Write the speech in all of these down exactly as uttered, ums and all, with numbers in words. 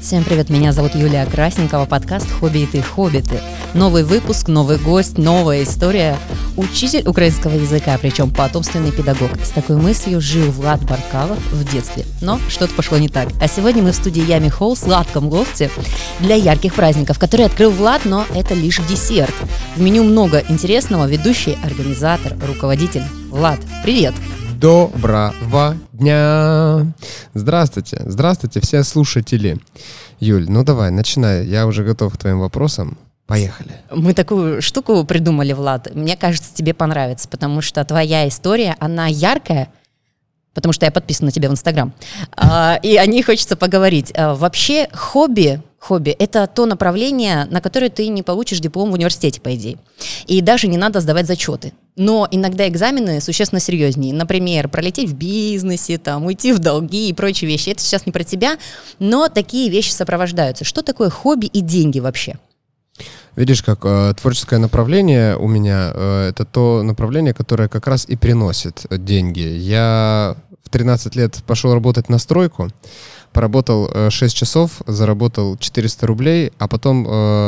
Всем привет, меня зовут Юлия Красникова, подкаст «Хобби и ты, хоббиты». Новый выпуск, новый гость, новая история. Учитель украинского языка, причем потомственный педагог. С такой мыслью жил Влад Баркалов в детстве, но что-то пошло не так. А сегодня мы в студии Yummy Hall, сладком лофте для ярких праздников, который открыл Влад, но это лишь десерт. В меню много интересного, ведущий, организатор, руководитель. Влад, привет! Доброго дня! Здравствуйте, здравствуйте все слушатели. Юль, ну давай, начинай, я уже готов к твоим вопросам. Поехали. Мы такую штуку придумали, Влад. Мне кажется, тебе понравится, потому что твоя история, она яркая, потому что я подписана на тебя в Инстаграм, и о ней хочется поговорить. Вообще, хобби... Хобби – это то направление, на которое ты не получишь диплом в университете, по идее. И даже не надо сдавать зачеты. Но иногда экзамены существенно серьезнее. Например, пролететь в бизнесе, там, уйти в долги и прочие вещи. Это сейчас не про тебя, но такие вещи сопровождаются. Что такое хобби и деньги вообще? Видишь, как э, творческое направление у меня э, – это то направление, которое как раз и приносит деньги. Я в тринадцать лет пошел работать на стройку. Поработал шесть часов, заработал четыреста рублей, а потом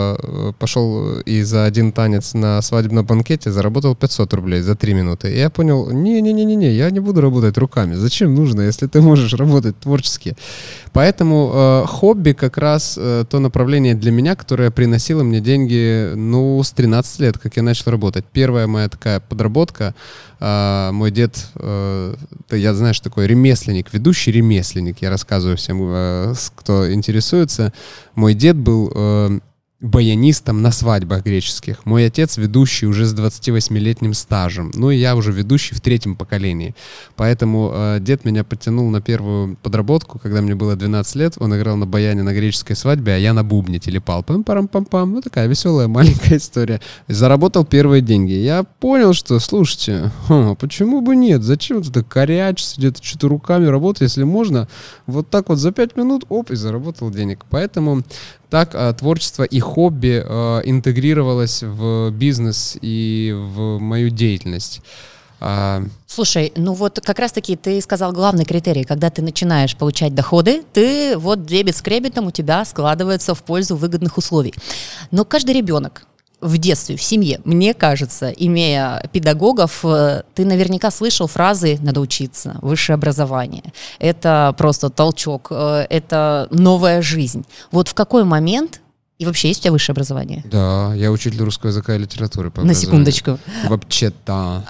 э, пошел и за один танец на свадебном банкете заработал пятьсот рублей за три минуты. И я понял, не-не-не-не, я не буду работать руками. Зачем нужно, если ты можешь работать творчески? Поэтому э, хобби как раз э, то направление для меня, которое приносило мне деньги, ну, с тринадцати лет, как я начал работать. Первая моя такая подработка. Uh, мой дед, uh, я, знаешь, такой ремесленник, ведущий ремесленник, я рассказываю всем, uh, кто интересуется. Мой дед был uh, баянистом на свадьбах греческих. Мой отец ведущий уже с двадцативосьмилетним стажем. Ну и я уже ведущий в третьем поколении. Поэтому uh, дед меня подтянул на первую подработку, когда мне было двенадцать лет. Он играл на баяне на греческой свадьбе, а я на бубне телепал. Пам-парам-пам-пам. Ну такая веселая маленькая история. Заработал первые деньги. Я понял, что, слушайте, хм, почему бы нет? Зачем ты корячишься, где-то что-то руками работать, если можно вот так вот за пять минут, оп, и заработал денег. Поэтому так а, творчество и хобби а, интегрировалось в бизнес и в мою деятельность. А... Слушай, ну вот как раз-таки ты сказал главный критерий, когда ты начинаешь получать доходы, ты вот дебет с кредитом у тебя складывается в пользу выгодных условий. Но каждый ребенок в детстве, в семье, мне кажется, имея педагогов, ты наверняка слышал фразы «надо учиться», «высшее образование». Это просто толчок, это новая жизнь. Вот в какой момент, и вообще есть у тебя высшее образование? Да, я учитель русского языка и литературы по На секундочку. Вообще-то.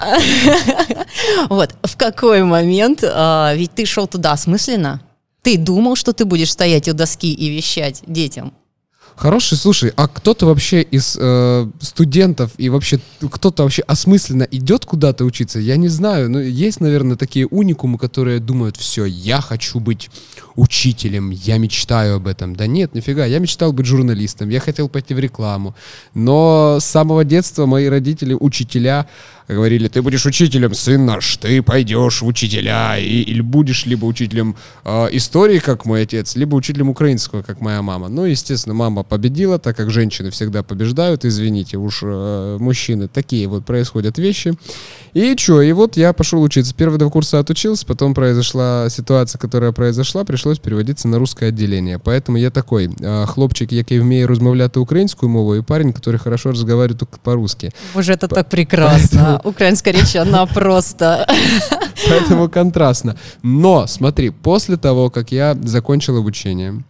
Вот, в какой момент, ведь ты шел туда осмысленно, ты думал, что ты будешь стоять у доски и вещать детям? Хороший, слушай, а кто-то вообще из э, студентов и вообще кто-то вообще осмысленно идет куда-то учиться? Я не знаю, но есть, наверное, такие уникумы, которые думают, все, я хочу быть учителем, я мечтаю об этом. Да нет, нифига, я мечтал быть журналистом, я хотел пойти в рекламу, но с самого детства мои родители, учителя, говорили, ты будешь учителем, сын наш, ты пойдешь в учителя, и, или будешь либо учителем э, истории, как мой отец, либо учителем украинского, как моя мама. Ну, естественно, мама победила, так как женщины всегда побеждают, извините, уж э, мужчины, такие вот происходят вещи. И что, и вот я пошел учиться. Первые два курса отучился, потом произошла ситуация, которая произошла, пришлось переводиться на русское отделение. Поэтому я такой э, хлопчик, який вміє розмовляти українською мовою, и парень, который хорошо разговаривает только по-русски. Боже, это По- так прекрасно. Украинская речь, она просто... Поэтому контрастно. Но, смотри, после того, как я закончил обучение,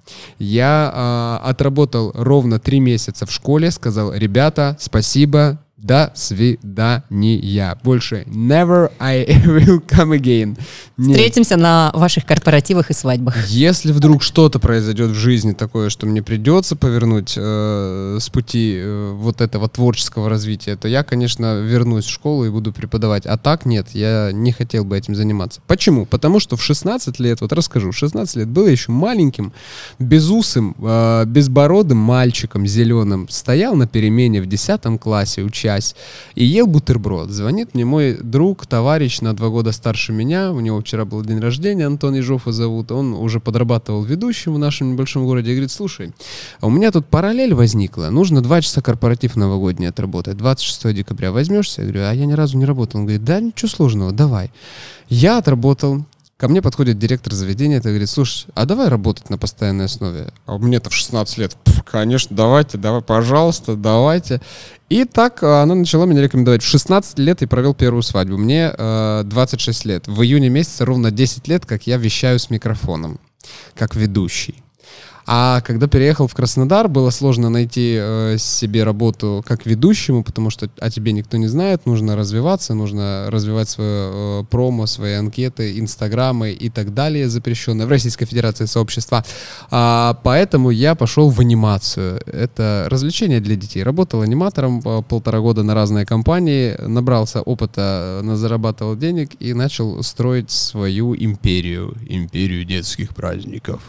я э, отработал ровно три месяца в школе, сказал, ребята, спасибо, до свидания. Больше never I will come again. Нет. Встретимся на ваших корпоративах и свадьбах. Если вдруг что-то произойдет в жизни такое, что мне придется повернуть э, с пути э, вот этого творческого развития, то я, конечно, вернусь в школу и буду преподавать. А так нет, я не хотел бы этим заниматься. Почему? Потому что в шестнадцать лет, вот расскажу, в шестнадцать лет был еще маленьким, безусым, э, безбородым мальчиком зеленым, стоял на перемене в десятом классе, учась, и ел бутерброд. Звонит мне мой друг, товарищ на два года старше меня, у него вчера был день рождения, Антон Ежова зовут, он уже подрабатывал ведущим в нашем небольшом городе, и говорит, слушай, а у меня тут параллель возникла, нужно два часа корпоратив новогодний отработать, двадцать шестого декабря возьмешься? Я говорю, а я ни разу не работал. Он говорит, да, ничего сложного, давай. Я отработал ко мне подходит директор заведения и говорит: слушай, а давай работать на постоянной основе? А мне-то в шестнадцать лет. Конечно, давайте, давай, пожалуйста, давайте. И так она начала меня рекомендовать. В шестнадцать лет я провел первую свадьбу. Мне э, двадцать шесть лет. В июне месяце ровно десять лет, как я вещаю с микрофоном, как ведущий. А когда переехал в Краснодар, было сложно найти э, себе работу как ведущему, потому что о тебе никто не знает, нужно развиваться, нужно развивать свое э, промо, свои анкеты, инстаграмы и так далее, запрещенные в Российской Федерации сообщества. А, поэтому я пошел в анимацию. Это развлечение для детей. Работал аниматором полтора года на разные компании, набрался опыта, зарабатывал денег и начал строить свою империю. Империю детских праздников.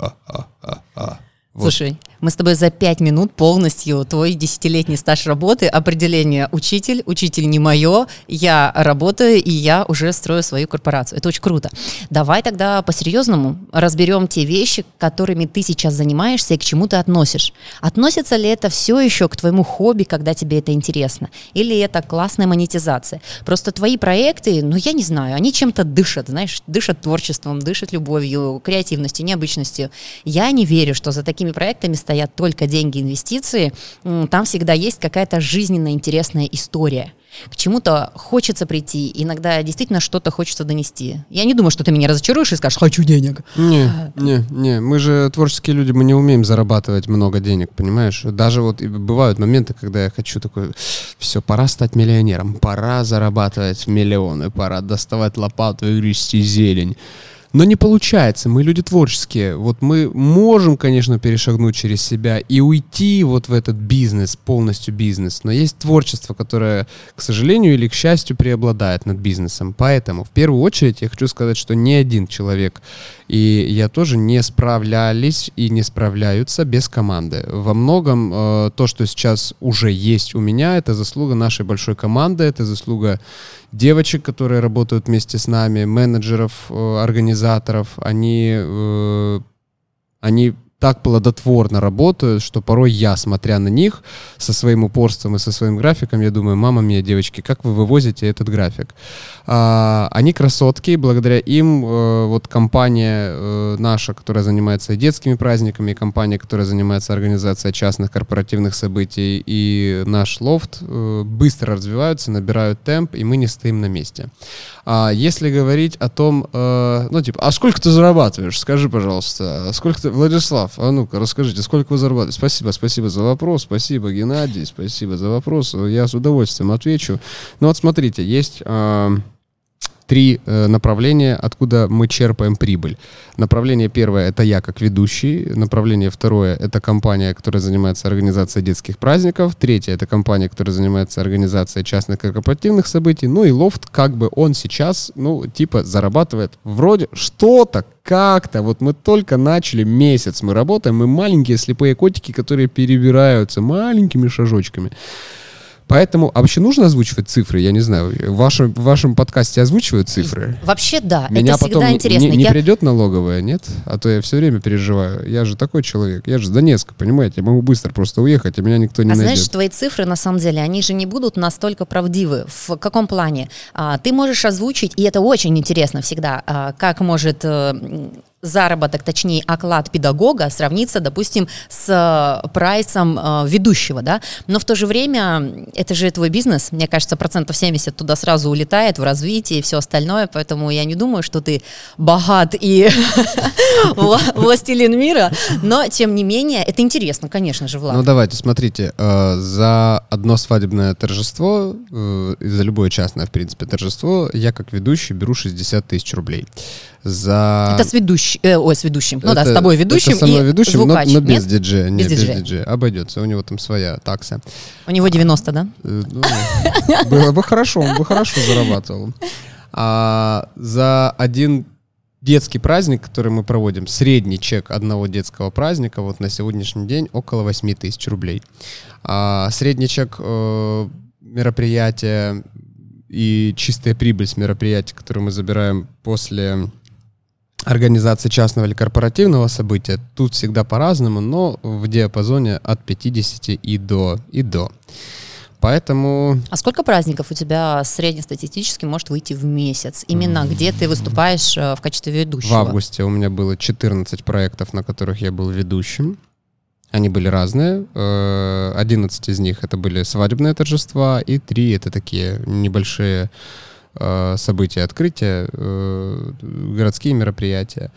А, вот. Слушай, мы с тобой за пять минут полностью твой десятилетний стаж работы, определение учитель, учитель не мое, я работаю и я уже строю свою корпорацию. Это очень круто. Давай тогда по-серьезному разберем те вещи, которыми ты сейчас занимаешься и к чему ты относишь. Относится ли это все еще к твоему хобби, когда тебе это интересно? Или это классная монетизация? Просто твои проекты, ну я не знаю, они чем-то дышат, знаешь, дышат творчеством, дышат любовью, креативностью, необычностью. Я не верю, что за такими проектами стоят только деньги, инвестиции. Там всегда есть какая-то жизненно интересная история. К чему-то хочется прийти, иногда действительно что-то хочется донести. Я не думаю, что ты меня разочаруешь и скажешь: хочу денег. Не, не, не. Мы же творческие люди, мы не умеем зарабатывать много денег, понимаешь? Даже вот бывают моменты, когда я хочу такой: все, пора стать миллионером, пора зарабатывать миллионы, пора доставать лопату и грести зелень. Но не получается, мы люди творческие. Вот мы можем, конечно, перешагнуть через себя и уйти вот в этот бизнес, полностью бизнес. Но есть творчество, которое, к сожалению или к счастью, преобладает над бизнесом. Поэтому, в первую очередь, я хочу сказать, что ни один человек, и я тоже, не справлялись и не справляются без команды. Во многом э, то, что сейчас уже есть у меня, это заслуга нашей большой команды, это заслуга девочек, которые работают вместе с нами, менеджеров, э, организаторов. Они, э, они так плодотворно работают, что порой я, смотря на них, со своим упорством и со своим графиком, я думаю: мама мия, девочки, как вы вывозите этот график? А, они красотки, благодаря им э, вот компания э, наша, которая занимается детскими праздниками, компания, которая занимается организацией частных корпоративных событий, и наш лофт э, быстро развиваются, набирают темп, и мы не стоим на месте. А если говорить о том, э, ну типа, а сколько ты зарабатываешь? Скажи, пожалуйста, сколько ты, Владислав, а ну-ка, расскажите, сколько вы зарабатываете? Спасибо, спасибо за вопрос, спасибо, Геннадий, спасибо за вопрос, я с удовольствием отвечу. Ну вот смотрите, есть э, три э, направления, откуда мы черпаем прибыль. Направление первое — это я как ведущий. Направление второе — это компания, которая занимается организацией детских праздников. Третье — это компания, которая занимается организацией частных корпоративных событий. Ну и лофт, как бы он сейчас, ну, типа, зарабатывает вроде что-то, как-то. Вот мы только начали, месяц мы работаем, мы маленькие слепые котики, которые перебираются маленькими шажочками. Поэтому, а вообще нужно озвучивать цифры? Я не знаю, в вашем, в вашем подкасте озвучивают цифры? Вообще да, Меня это всегда потом интересно. Не, не я... придет налоговая, нет? А то я все время переживаю. Я же такой человек, я же с Донецка, понимаете? Я могу быстро просто уехать, и меня никто не а найдет. Знаешь, твои цифры, на самом деле, они же не будут настолько правдивы. В каком плане? А, ты можешь озвучить, и это очень интересно всегда, а, как может... заработок, точнее, оклад педагога сравнится, допустим, с прайсом э, ведущего, да, но в то же время это же твой бизнес, мне кажется, процентов семьдесят туда сразу улетает в развитие и все остальное, поэтому я не думаю, что ты богат и властелин мира, но, тем не менее, это интересно, конечно же, Влад. Ну, давайте, смотрите, за одно свадебное торжество, за любое частное, в принципе, торжество, я как ведущий беру шестьдесят тысяч рублей. За... Это с ведущим, э, ой, с ведущим, ну это, да, с тобой ведущим это со мной и ведущим, звукач, но, но без нет? диджея, нет, без без диджея. диджея, обойдется, у него там своя такса. У него девяносто, да? Ну, было бы хорошо, он бы хорошо зарабатывал. А за один детский праздник, который мы проводим, средний чек одного детского праздника вот на сегодняшний день около восемь тысяч рублей. А средний чек э, мероприятия и чистая прибыль с мероприятия, которую мы забираем после организации частного или корпоративного события, тут всегда по-разному, но в диапазоне от пятидесяти и до, и до. Поэтому... А сколько праздников у тебя среднестатистически может выйти в месяц? Именно где ты выступаешь в качестве ведущего? В августе у меня было четырнадцать проектов, на которых я был ведущим. Они были разные. одиннадцать из них это были свадебные торжества, и три это такие небольшие события, открытия, городские мероприятия.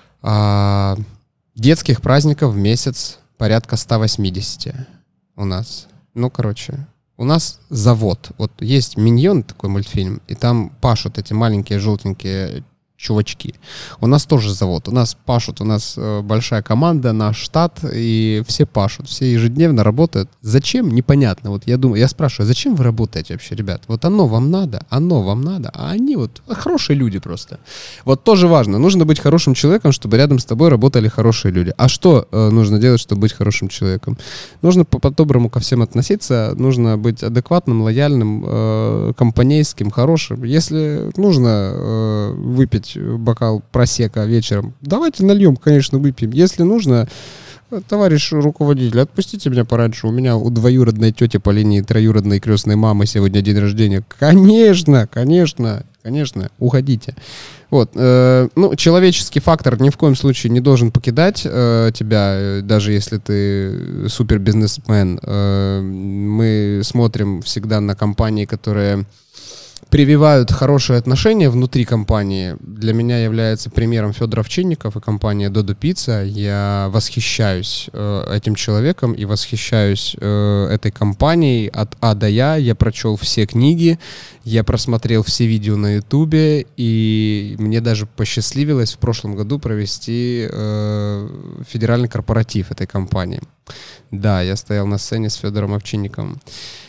А детских праздников в месяц порядка сто восемьдесят у нас. Ну, короче, у нас завод. Вот есть «Миньон», такой мультфильм, и там пашут эти маленькие желтенькие чувачки. У нас тоже завод. У нас пашут, у нас э, большая команда, наш штат, и все пашут, все ежедневно работают. Зачем? Непонятно. Вот я думаю, я спрашиваю, зачем вы работаете вообще, ребят? Вот оно вам надо, оно вам надо, а они вот хорошие люди просто. Вот тоже важно. Нужно быть хорошим человеком, чтобы рядом с тобой работали хорошие люди. А что э, нужно делать, чтобы быть хорошим человеком? Нужно по-доброму ко всем относиться, нужно быть адекватным, лояльным, э, компанейским, хорошим. Если нужно э, выпить бокал просека вечером, давайте нальем, конечно, выпьем. Если нужно, товарищ руководитель, отпустите меня пораньше, у меня у двоюродной тети по линии троюродной крестной мамы сегодня день рождения. Конечно, конечно, конечно, уходите. Вот, э, ну, человеческий фактор ни в коем случае не должен покидать э, тебя, даже если ты супербизнесмен. Э, мы смотрим всегда на компании, которые прививают хорошие отношения внутри компании. Для меня является примером Федор Овчинников и компания Додо Пицца. Я восхищаюсь э, этим человеком и восхищаюсь э, этой компанией от А до Я. Я прочел все книги, я просмотрел все видео на Ютубе, и мне даже посчастливилось в прошлом году провести э, федеральный корпоратив этой компании. Да, я стоял на сцене с Федором Овчинниковым.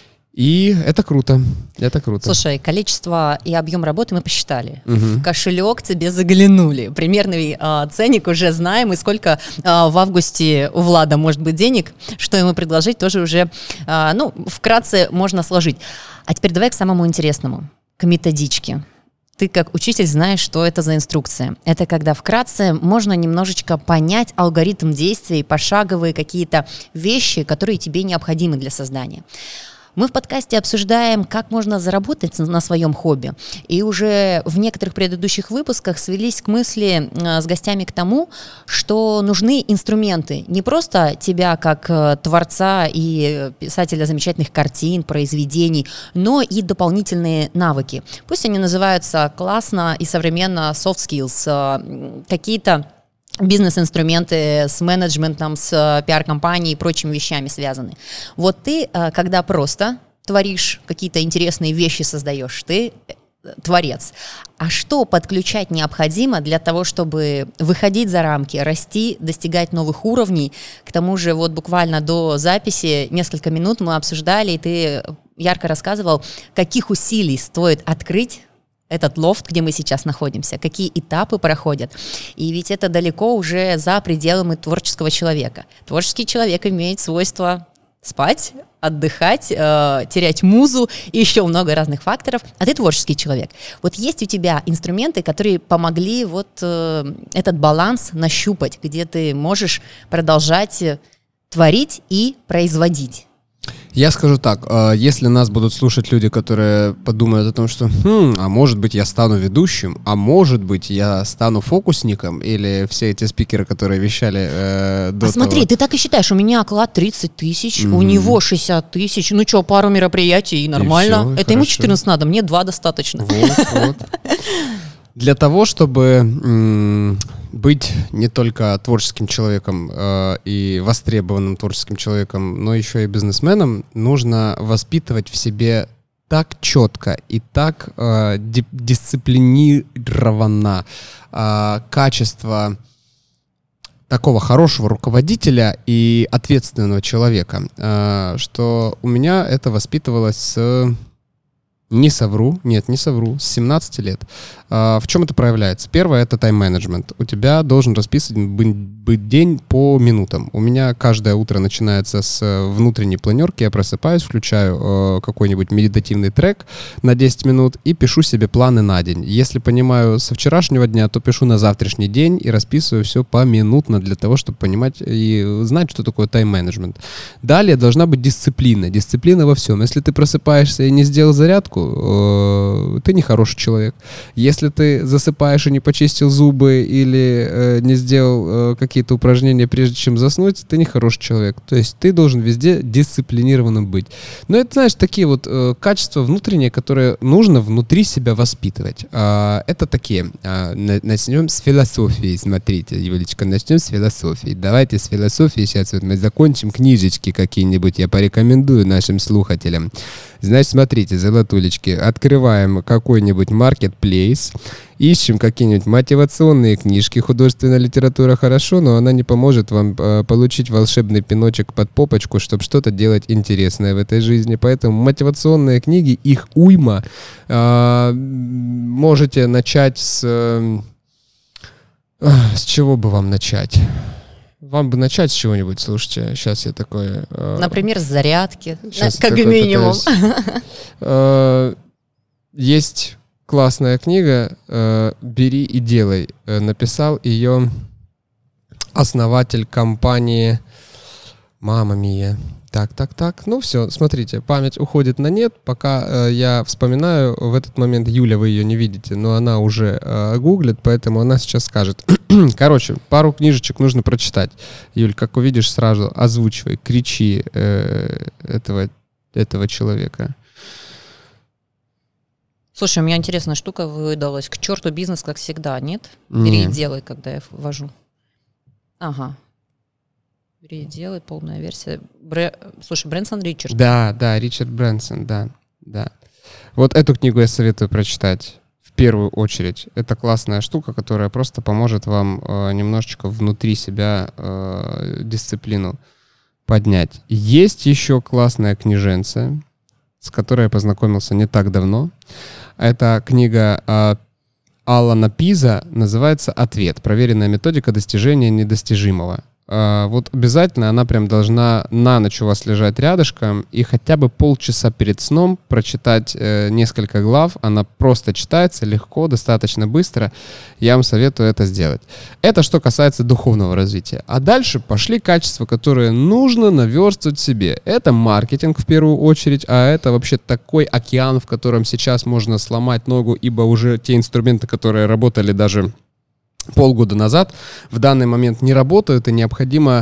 И это круто, это круто. Слушай, количество и объем работы мы посчитали. Угу. В кошелек тебе заглянули. Примерный э, ценник уже знаем, и сколько э, в августе у Влада может быть денег, что ему предложить, тоже уже, э, ну, вкратце можно сложить. А теперь давай к самому интересному, к методичке. Ты как учитель знаешь, что это за инструкция. Это когда вкратце можно немножечко понять алгоритм действий, пошаговые какие-то вещи, которые тебе необходимы для создания. Мы в подкасте обсуждаем, как можно заработать на своем хобби. И уже в некоторых предыдущих выпусках свелись к мысли с гостями к тому, что нужны инструменты. Не просто тебя как творца и писателя замечательных картин, произведений, но и дополнительные навыки. Пусть они называются классно и современно soft skills, какие-то бизнес-инструменты с менеджментом, с пиар-компанией и прочими вещами связаны. Вот ты, когда просто творишь какие-то интересные вещи, создаешь, ты творец. А что подключать необходимо для того, чтобы выходить за рамки, расти, достигать новых уровней? К тому же вот буквально до записи несколько минут мы обсуждали, и ты ярко рассказывал, каких усилий стоит открыть этот лофт, где мы сейчас находимся, какие этапы проходят. И ведь это далеко уже за пределами творческого человека. Творческий человек имеет свойство спать, отдыхать, э, терять музу и еще много разных факторов. А ты творческий человек. Вот есть у тебя инструменты, которые помогли вот э, этот баланс нащупать, где ты можешь продолжать творить и производить? Я скажу так, если нас будут слушать люди, которые подумают о том, что хм, а может быть я стану ведущим, а может быть я стану фокусником, или все эти спикеры, которые вещали э, до а смотри, того... ты так и считаешь, у меня оклад тридцать тысяч, mm-hmm. у него шестьдесят тысяч, ну что, пару мероприятий и нормально. И все, это хорошо. Ему четырнадцать надо, мне два достаточно. Вот, вот. Для того, чтобы м- быть не только творческим человеком э, и востребованным творческим человеком, но еще и бизнесменом, нужно воспитывать в себе так четко и так э, ди- дисциплинированно э, качество такого хорошего руководителя и ответственного человека, э, что у меня это воспитывалось с Не совру, нет, не совру, с семнадцати лет. А, в чем это проявляется? Первое — это тайм-менеджмент. У тебя должен расписан быть, быть день по минутам. У меня каждое утро начинается с внутренней планерки. Я просыпаюсь, включаю э, какой-нибудь медитативный трек на десять минут и пишу себе планы на день. Если понимаю со вчерашнего дня, то пишу на завтрашний день и расписываю все поминутно для того, чтобы понимать и знать, что такое тайм-менеджмент. Далее должна быть дисциплина. Дисциплина во всем. Если ты просыпаешься и не сделал зарядку, ты не хороший человек. Если ты засыпаешь и не почистил зубы или э, не сделал э, какие-то упражнения, прежде чем заснуть, ты не хороший человек. То есть ты должен везде дисциплинированным быть. Но это, знаешь, такие вот э, качества внутренние, которые нужно внутри себя воспитывать. А, это такие. А, начнем с философии. Смотрите, Юлечка, начнем с философии. Давайте с философии сейчас вот мы закончим. Книжечки какие-нибудь я порекомендую нашим слушателям. Значит, смотрите, золотулечки, открываем какой-нибудь маркетплейс, ищем какие-нибудь мотивационные книжки. Художественная литература хорошо, но она не поможет вам э, получить волшебный пиночек под попочку, чтобы что-то делать интересное в этой жизни. Поэтому мотивационные книги, их уйма. Э, можете начать с... Э, с чего бы вам начать? Вам бы начать с чего-нибудь, слушайте, сейчас я такой... Э, Например, с зарядки, сейчас как такой минимум. Э, есть классная книга э, «Бери и делай». Э, написал ее основатель компании «Мамма Мия». Так, так, так. Ну все, смотрите, память уходит на нет. Пока э, я вспоминаю, в этот момент Юля, вы ее не видите, но она уже э, гуглит, поэтому она сейчас скажет. Короче, пару книжечек нужно прочитать. Юль, как увидишь, сразу озвучивай, кричи э, этого, этого человека. Слушай, у меня интересная штука выдалась. К черту бизнес, как всегда, нет? Бери и делай, когда я ввожу. Ага. Бери и делай, полная версия. Бре... Слушай, Брэнсон Ричард. Да, да, Ричард Брэнсон, да, да. Вот эту книгу я советую прочитать в первую очередь. Это классная штука, которая просто поможет вам э, немножечко внутри себя э, дисциплину поднять. Есть еще классная книженция, с которой я познакомился не так давно. Это книга э, Алана Пиза, называется «Ответ. Проверенная методика достижения недостижимого». Uh, вот обязательно она прям должна на ночь у вас лежать рядышком и хотя бы полчаса перед сном прочитать э, несколько глав. Она просто читается легко, достаточно быстро. Я вам советую это сделать. Это что касается духовного развития. А дальше пошли качества, которые нужно наверстывать себе. Это маркетинг в первую очередь, а это вообще такой океан, в котором сейчас можно сломать ногу, ибо уже те инструменты, которые работали даже полгода назад, в данный момент не работают, и необходимо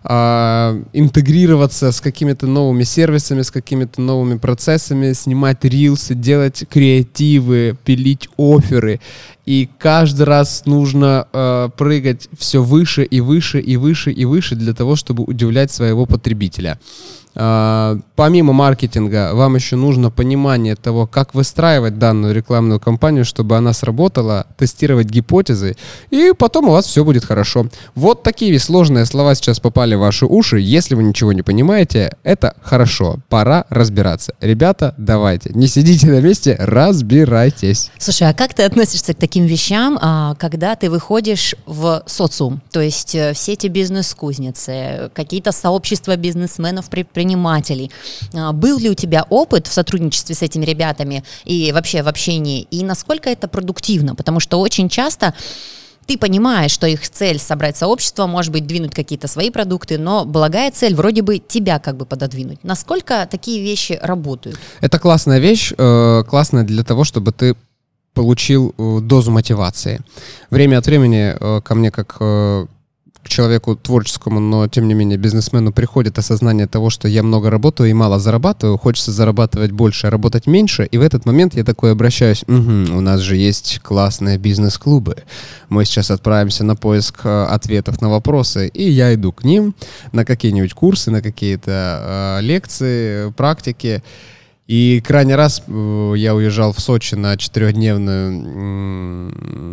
э, интегрироваться с какими-то новыми сервисами, с какими-то новыми процессами, снимать рилсы, делать креативы, пилить офферы. И каждый раз нужно э, прыгать все выше и выше и выше и выше для того, чтобы удивлять своего потребителя. Uh, помимо маркетинга, вам еще нужно понимание того, как выстраивать данную рекламную кампанию, чтобы она сработала, тестировать гипотезы, и потом у вас все будет хорошо. Вот такие сложные слова сейчас попали в ваши уши. Если вы ничего не понимаете, это хорошо. Пора разбираться. Ребята, давайте, не сидите на месте, разбирайтесь. Слушай, а как ты относишься к таким вещам, когда ты выходишь в социум? То есть все эти бизнес-кузницы, какие-то сообщества бизнесменов, предпринимателей. предпринимателей. Был ли у тебя опыт в сотрудничестве с этими ребятами и вообще в общении, и насколько это продуктивно? Потому что очень часто ты понимаешь, что их цель собрать сообщество, может быть, двинуть какие-то свои продукты, но благая цель вроде бы тебя как бы пододвинуть. Насколько такие вещи работают? Это классная вещь, э, классная для того, чтобы ты получил э, дозу мотивации. Время от времени э, ко мне как э, к человеку творческому, но тем не менее бизнесмену приходит осознание того, что я много работаю и мало зарабатываю, хочется зарабатывать больше, а работать меньше, и в этот момент я такой обращаюсь: угу, у нас же есть классные бизнес-клубы, мы сейчас отправимся на поиск э, ответов на вопросы, и я иду к ним на какие-нибудь курсы, на какие-то э, лекции, практики. И крайний раз э, я уезжал в Сочи на четырехдневную э,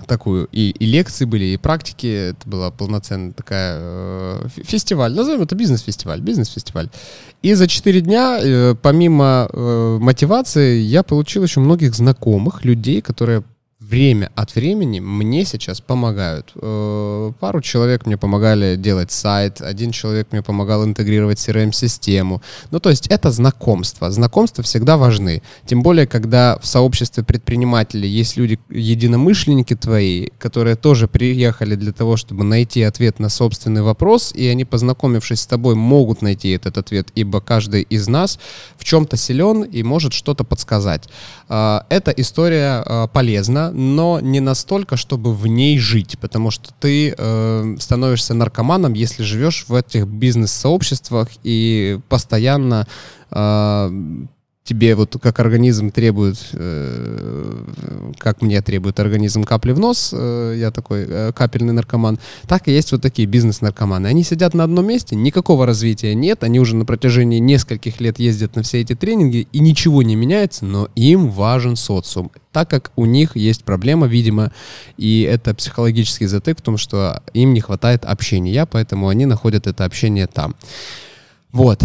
такую, и, и лекции были, и практики, это была полноценная такая э, фестиваль, назовем это бизнес-фестиваль, бизнес-фестиваль. И за четыре дня, э, помимо э, мотивации, я получил еще многих знакомых людей, которые время от времени мне сейчас помогают. Э, пару человек мне помогали делать сайт, один человек мне помогал интегрировать си эр эм-систему. Ну, то есть это знакомства. Знакомства всегда важны. Тем более, когда в сообществе предпринимателей есть люди, единомышленники твои, которые тоже приехали для того, чтобы найти ответ на собственный вопрос, и они, познакомившись с тобой, могут найти этот ответ, ибо каждый из нас в чем-то силен и может что-то подсказать. Э, эта история э, полезна, но не настолько, чтобы в ней жить, потому что ты э, становишься наркоманом, если живешь в этих бизнес-сообществах и постоянно э, тебе вот как организм требует, э, как мне требует организм капли в нос, э, я такой э, капельный наркоман, так и есть вот такие бизнес-наркоманы. Они сидят на одном месте, никакого развития нет, они уже на протяжении нескольких лет ездят на все эти тренинги, и ничего не меняется, но им важен социум, так как у них есть проблема, видимо, и это психологический затык в том, что им не хватает общения, поэтому они находят это общение там. Вот.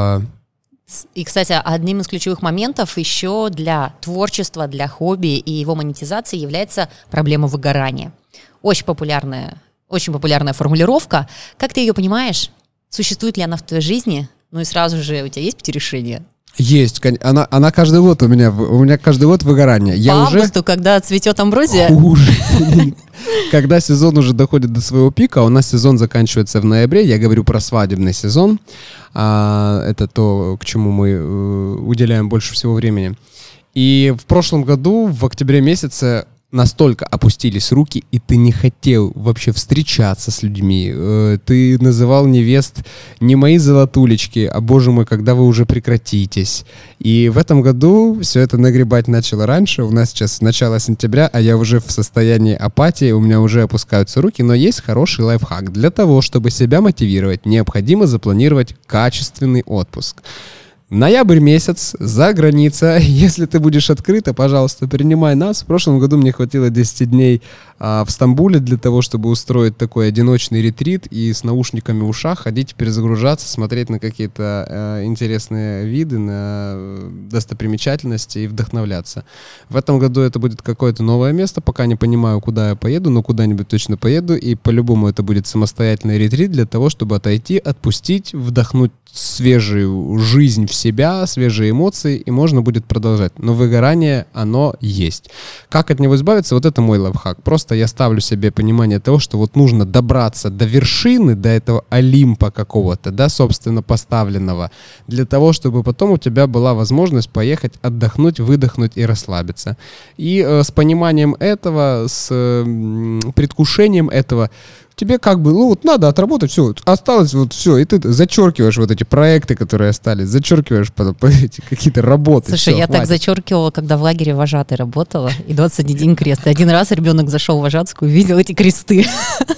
И, кстати, одним из ключевых моментов еще для творчества, для хобби и его монетизации является проблема выгорания. Очень популярная, очень популярная формулировка. Как ты ее понимаешь? Существует ли она в твоей жизни? Ну и сразу же, у тебя есть пути решения? Есть, она, она каждый год у меня, у меня каждый год выгорание. Я По уже... августу, когда цветет амброзия? Хуже. Когда сезон уже доходит до своего пика, у нас сезон заканчивается в ноябре, я говорю про свадебный сезон, это то, к чему мы уделяем больше всего времени. И в прошлом году, в октябре месяце, настолько опустились руки, и ты не хотел вообще встречаться с людьми. Ты называл невест не мои золотулечки, а, боже мой, когда вы уже прекратитесь. И в этом году все это нагребать начало раньше. У нас сейчас начало сентября, а я уже в состоянии апатии, у меня уже опускаются руки, но есть хороший лайфхак. Для того, чтобы себя мотивировать, необходимо запланировать качественный отпуск. Ноябрь месяц, за граница. Если ты будешь открыта, пожалуйста, принимай нас. В прошлом году мне хватило десять дней а, в Стамбуле для того, чтобы устроить такой одиночный ретрит и с наушниками в ушах ходить, перезагружаться, смотреть на какие-то а, интересные виды, на достопримечательности и вдохновляться. В этом году это будет какое-то новое место. Пока не понимаю, куда я поеду, но куда-нибудь точно поеду. И по-любому это будет самостоятельный ретрит для того, чтобы отойти, отпустить, вдохнуть свежую жизнь в себя, свежие эмоции, и можно будет продолжать. Но выгорание, оно есть. Как от него избавиться? Вот это мой лайфхак. Просто я ставлю себе понимание того, что вот нужно добраться до вершины, до этого Олимпа какого-то, да, собственно, поставленного, для того, чтобы потом у тебя была возможность поехать отдохнуть, выдохнуть и расслабиться. И э, с пониманием этого, с э, предвкушением этого, тебе как бы, ну вот надо отработать, все, осталось вот все, и ты зачеркиваешь вот эти проекты, которые остались, зачеркиваешь по, по эти какие-то работы. Слушай, все, я хватит. Так зачеркивала, когда в лагере вожатой работала, и двадцать один день крест. И один раз ребенок зашел в вожатскую, увидел эти кресты.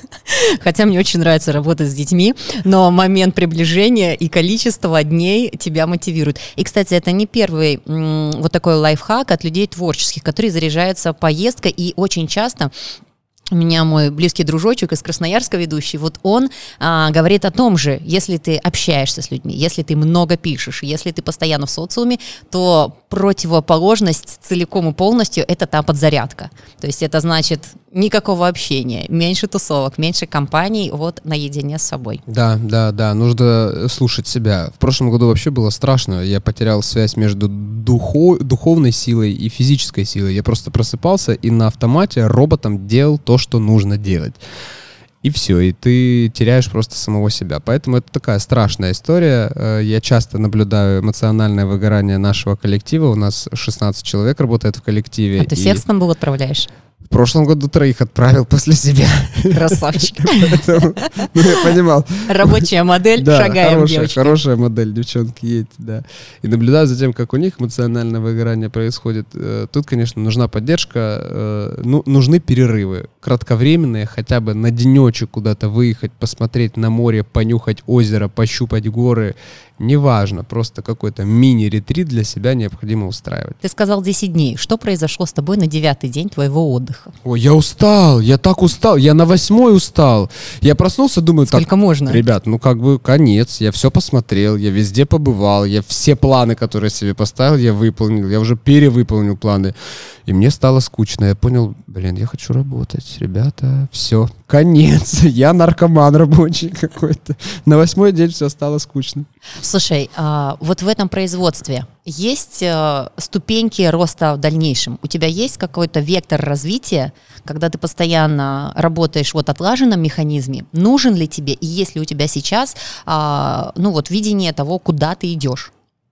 Хотя мне очень нравится работать с детьми, но момент приближения и количество дней тебя мотивирует. И, кстати, это не первый м- вот такой лайфхак от людей творческих, которые заряжаются поездкой, и очень часто... У меня мой близкий дружочек из Красноярска ведущий, вот он а, говорит о том же, если ты общаешься с людьми, если ты много пишешь, если ты постоянно в социуме, то противоположность целиком и полностью – это та подзарядка. То есть это значит никакого общения, меньше тусовок, меньше компаний, вот наедине с собой. Да, да, да, нужно слушать себя. В прошлом году вообще было страшно, я потерял связь между духо, духовной силой и физической силой. Я просто просыпался и на автомате роботом делал то, что нужно делать. И все, и ты теряешь просто самого себя. Поэтому это такая страшная история. Я часто наблюдаю эмоциональное выгорание нашего коллектива. У нас шестнадцать человек работает в коллективе. А ты всех в Стамбул отправляешь? В прошлом году троих отправил после себя. Красавчик. Поэтому, ну, я понимал. Рабочая модель, да, шагаем, хорошая, девочки. Хорошая модель, девчонки, едьте, да. И наблюдаю за тем, как у них эмоциональное выгорание происходит. Тут, конечно, нужна поддержка, ну, нужны перерывы. Кратковременные, хотя бы на денечек куда-то выехать, посмотреть на море, понюхать озеро, пощупать горы. Неважно, просто какой-то мини-ретрит для себя необходимо устраивать. Ты сказал десять дней. Что произошло с тобой на девятый день твоего отдыха? отдыха. Ой, я устал, я так устал, я на восьмой устал. Я проснулся, думаю, сколько так, можно? Ребят, ну как бы конец, я все посмотрел, я везде побывал, я все планы, которые себе поставил, я выполнил, я уже перевыполнил планы. И мне стало скучно, я понял, блин, я хочу работать, ребята, все, конец, я наркоман рабочий какой-то. На восьмой день все стало скучно. Слушай, а, вот в этом производстве есть а, ступеньки роста в дальнейшем? У тебя есть какой-то вектор развития, когда ты постоянно работаешь в вот отлаженном механизме? Нужен ли тебе и есть ли у тебя сейчас а, ну вот видение того, куда ты идешь?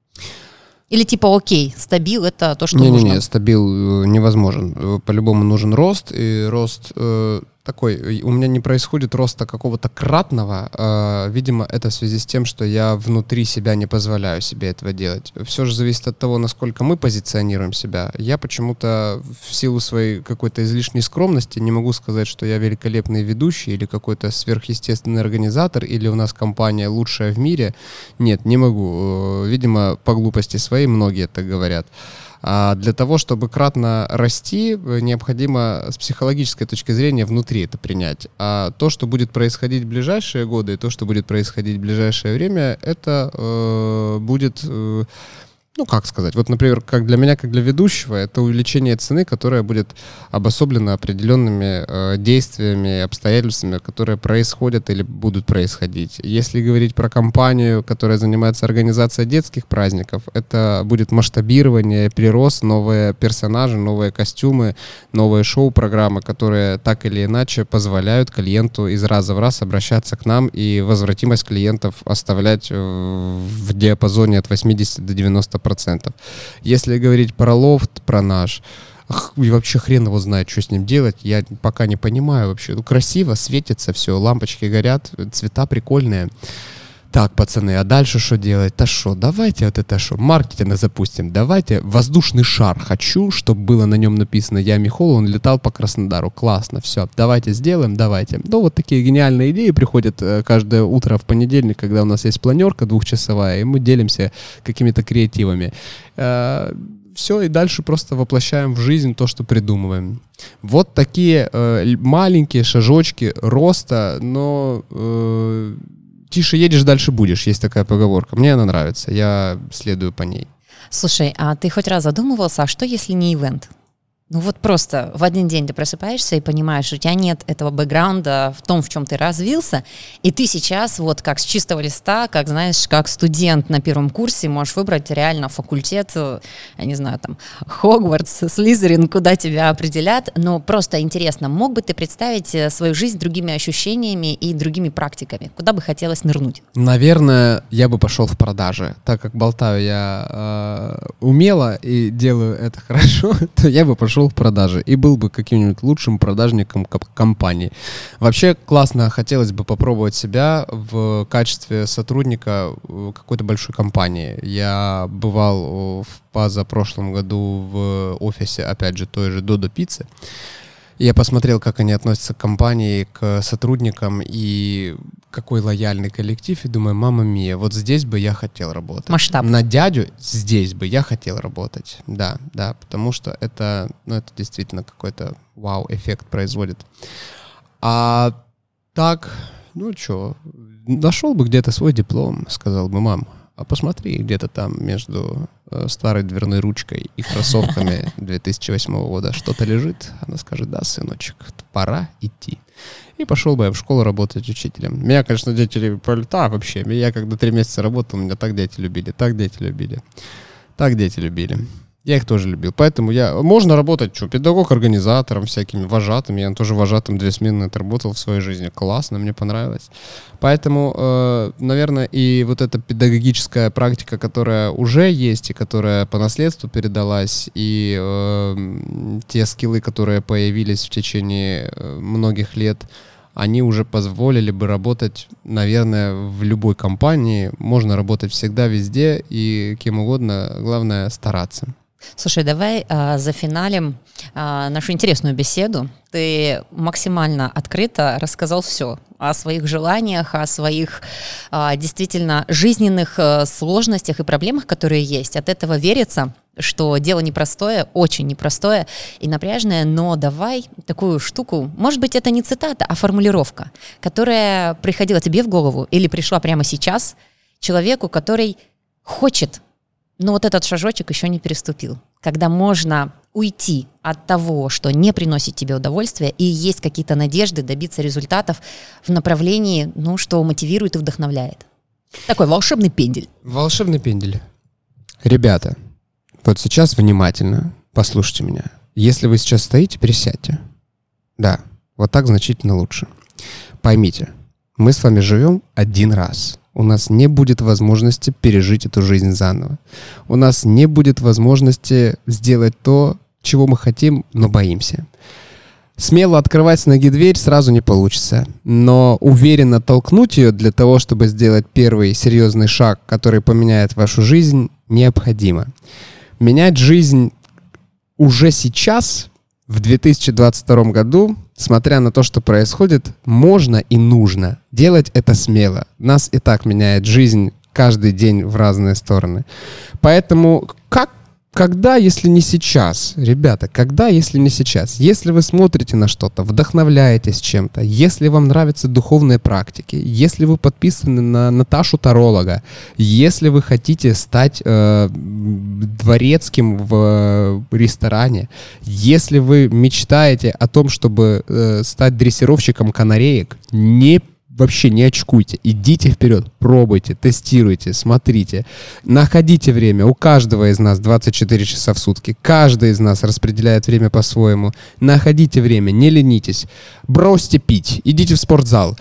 Или типа окей, стабил это то, что не, нужно? Не-не-не, стабил невозможен. По-любому нужен рост, и рост э, такой, у меня не происходит роста какого-то кратного, э, видимо, это в связи с тем, что я внутри себя не позволяю себе этого делать. Все же зависит от того, насколько мы позиционируем себя. Я почему-то в силу своей какой-то излишней скромности не могу сказать, что я великолепный ведущий или какой-то сверхъестественный организатор, или у нас компания лучшая в мире. Нет, не могу. Видимо, по глупости своей многие так говорят. А для того, чтобы кратно расти, необходимо с психологической точки зрения внутри это принять. А то, что будет происходить в ближайшие годы, и то, что будет происходить в ближайшее время, это э, будет... Э, Ну, как сказать, вот, например, как для меня, как для ведущего, это увеличение цены, которое будет обособлено определенными э, действиями, обстоятельствами, которые происходят или будут происходить. Если говорить про компанию, которая занимается организацией детских праздников, это будет масштабирование, прирост, новые персонажи, новые костюмы, новые шоу-программы, которые так или иначе позволяют клиенту из раза в раз обращаться к нам и возвратимость клиентов оставлять в диапазоне от восьмидесяти до девяноста процентов. Если говорить про лофт, про наш, и вообще хрен его знает, что с ним делать, я пока не понимаю вообще. Ну, красиво, светится все, лампочки горят, цвета прикольные. Так, пацаны, а дальше что делать? Да что, давайте вот это что, маркетинг запустим, давайте воздушный шар хочу, чтобы было на нем написано «Я Михола, он летал по Краснодару». Классно, все, давайте сделаем, давайте. Ну, вот такие гениальные идеи приходят каждое утро в понедельник, когда у нас есть планерка двухчасовая, и мы делимся какими-то креативами. Все, и дальше просто воплощаем в жизнь то, что придумываем. Вот такие э, маленькие шажочки роста, но... Э, тише едешь, дальше будешь. Есть такая поговорка. Мне она нравится. Я следую по ней. Слушай, а ты хоть раз задумывался, а что если не ивент? Ну вот просто в один день ты просыпаешься и понимаешь, у тебя нет этого бэкграунда в том, в чем ты развился, и ты сейчас вот как с чистого листа, как, знаешь, как студент на первом курсе можешь выбрать реально факультет, я не знаю, там, Хогвартс, Слизерин, куда тебя определят, но просто интересно, мог бы ты представить свою жизнь другими ощущениями и другими практиками? Куда бы хотелось нырнуть? Наверное, я бы пошел в продажи. Так как болтаю я э, умело и делаю это хорошо, то я бы пошел в продажи и был бы каким-нибудь лучшим продажником компании. Вообще классно, хотелось бы попробовать себя в качестве сотрудника какой-то большой компании. Я бывал в позапрошлом году в офисе, опять же, той же Додо Пиццы. Я посмотрел, как они относятся к компании, к сотрудникам и какой лояльный коллектив, и думаю, мама мия, вот здесь бы я хотел работать. Масштаб. На дядю здесь бы я хотел работать. Да, да, потому что это, ну, это действительно какой-то вау-эффект производит. А так, ну что, нашел бы где-то свой диплом, сказал бы, мам, а посмотри, где-то там между э, старой дверной ручкой и кроссовками две тысячи восьмого года что-то лежит. Она скажет, да, сыночек, пора идти. И пошел бы я в школу работать учителем. Меня, конечно, дети любили, да, вообще, я когда три месяца работал, меня так дети любили, так дети любили, так дети любили. Я их тоже любил. Поэтому я... Можно работать, что, педагог-организатором, всякими вожатыми. Я тоже вожатым две смены отработал в своей жизни. Классно, мне понравилось. Поэтому, э, наверное, и вот эта педагогическая практика, которая уже есть и которая по наследству передалась, и э, те скиллы, которые появились в течение многих лет, они уже позволили бы работать, наверное, в любой компании. Можно работать всегда, везде и кем угодно. Главное — стараться. Слушай, давай а, зафиналим а, нашу интересную беседу. Ты максимально открыто рассказал все о своих желаниях, о своих а, действительно жизненных а, сложностях и проблемах, которые есть. От этого верится, что дело непростое, очень непростое и напряжное, но давай такую штуку, может быть, это не цитата, а формулировка, которая приходила тебе в голову или пришла прямо сейчас человеку, который хочет, но вот этот шажочек еще не переступил, когда можно уйти от того, что не приносит тебе удовольствия, и есть какие-то надежды добиться результатов в направлении, ну, что мотивирует и вдохновляет. Такой волшебный пендель. Волшебный пендель. Ребята, вот сейчас внимательно послушайте меня. Если вы сейчас стоите, присядьте. Да, вот так значительно лучше. Поймите, мы с вами живем один раз. У нас не будет возможности пережить эту жизнь заново. У нас не будет возможности сделать то, чего мы хотим, но боимся. Смело открывать с ноги дверь сразу не получится, но уверенно толкнуть ее для того, чтобы сделать первый серьезный шаг, который поменяет вашу жизнь, необходимо. Менять жизнь уже сейчас, в две тысячи двадцать втором году, смотря на то, что происходит, можно и нужно делать это смело. Нас и так меняет жизнь каждый день в разные стороны. Поэтому как, когда, если не сейчас? Ребята, когда, если не сейчас? Если вы смотрите на что-то, вдохновляетесь чем-то, если вам нравятся духовные практики, если вы подписаны на Наташу Таролога, если вы хотите стать э, дворецким в э, ресторане, если вы мечтаете о том, чтобы э, стать дрессировщиком канареек, не вообще не очкуйте, идите вперед, пробуйте, тестируйте, смотрите, находите время. У каждого из нас двадцать четыре часа в сутки, каждый из нас распределяет время по-своему. Находите время, не ленитесь, бросьте пить, идите в спортзал,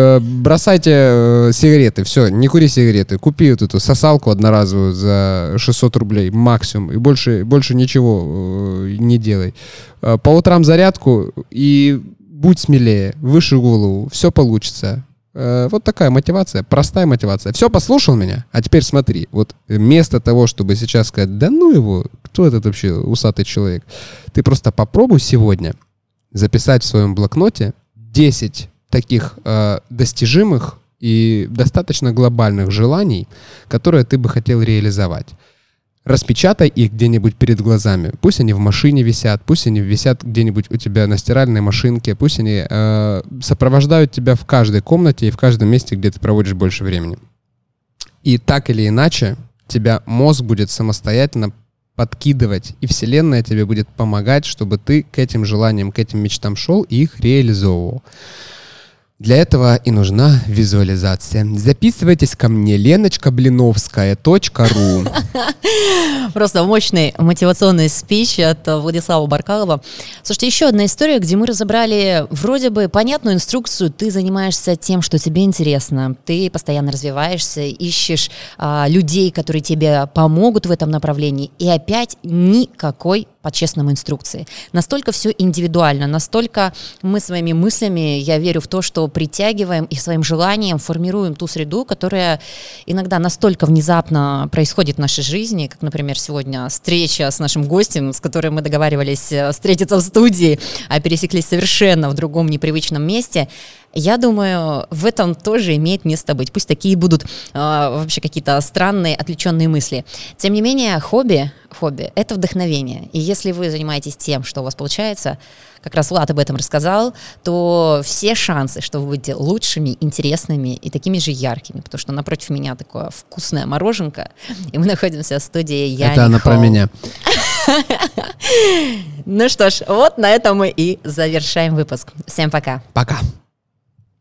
бросайте сигареты, все, не кури сигареты, купи вот эту сосалку одноразовую за шестьсот рублей максимум и больше, больше ничего не делай. По утрам зарядку и будь смелее, выше голову, все получится. Э, вот такая мотивация, простая мотивация. Все, послушал меня? А теперь смотри, вот вместо того, чтобы сейчас сказать, да ну его, кто этот вообще усатый человек, ты просто попробуй сегодня записать в своем блокноте десять таких э, достижимых и достаточно глобальных желаний, которые ты бы хотел реализовать. Распечатай их где-нибудь перед глазами. Пусть они в машине висят, пусть они висят где-нибудь у тебя на стиральной машинке, пусть они э, сопровождают тебя в каждой комнате и в каждом месте, где ты проводишь больше времени. И так или иначе, тебя мозг будет самостоятельно подкидывать, и Вселенная тебе будет помогать, чтобы ты к этим желаниям, к этим мечтам шел и их реализовывал. Для этого и нужна визуализация. Записывайтесь ко мне, леночка блиновская точка ру. Просто мощный мотивационный спич от Владислава Баркалова. Слушайте, еще одна история, где мы разобрали вроде бы понятную инструкцию. Ты занимаешься тем, что тебе интересно. Ты постоянно развиваешься, ищешь а, людей, которые тебе помогут в этом направлении. И опять никакой по-честному инструкции. Настолько все индивидуально, настолько мы своими мыслями, я верю в то, что притягиваем и своим желанием формируем ту среду, которая иногда настолько внезапно происходит в нашей жизни, как, например, сегодня встреча с нашим гостем, с которым мы договаривались встретиться в студии, а пересеклись совершенно в другом непривычном месте. Я думаю, в этом тоже имеет место быть. Пусть такие будут э, вообще какие-то странные, отвлеченные мысли. Тем не менее, хобби, хобби – это вдохновение. И если вы занимаетесь тем, что у вас получается, как раз Влад об этом рассказал, то все шансы, что вы будете лучшими, интересными и такими же яркими. Потому что напротив меня такое вкусное мороженка, и мы находимся в студии Яни Это она Холл. про меня. Ну что ж, вот на этом мы и завершаем выпуск. Всем пока. Пока.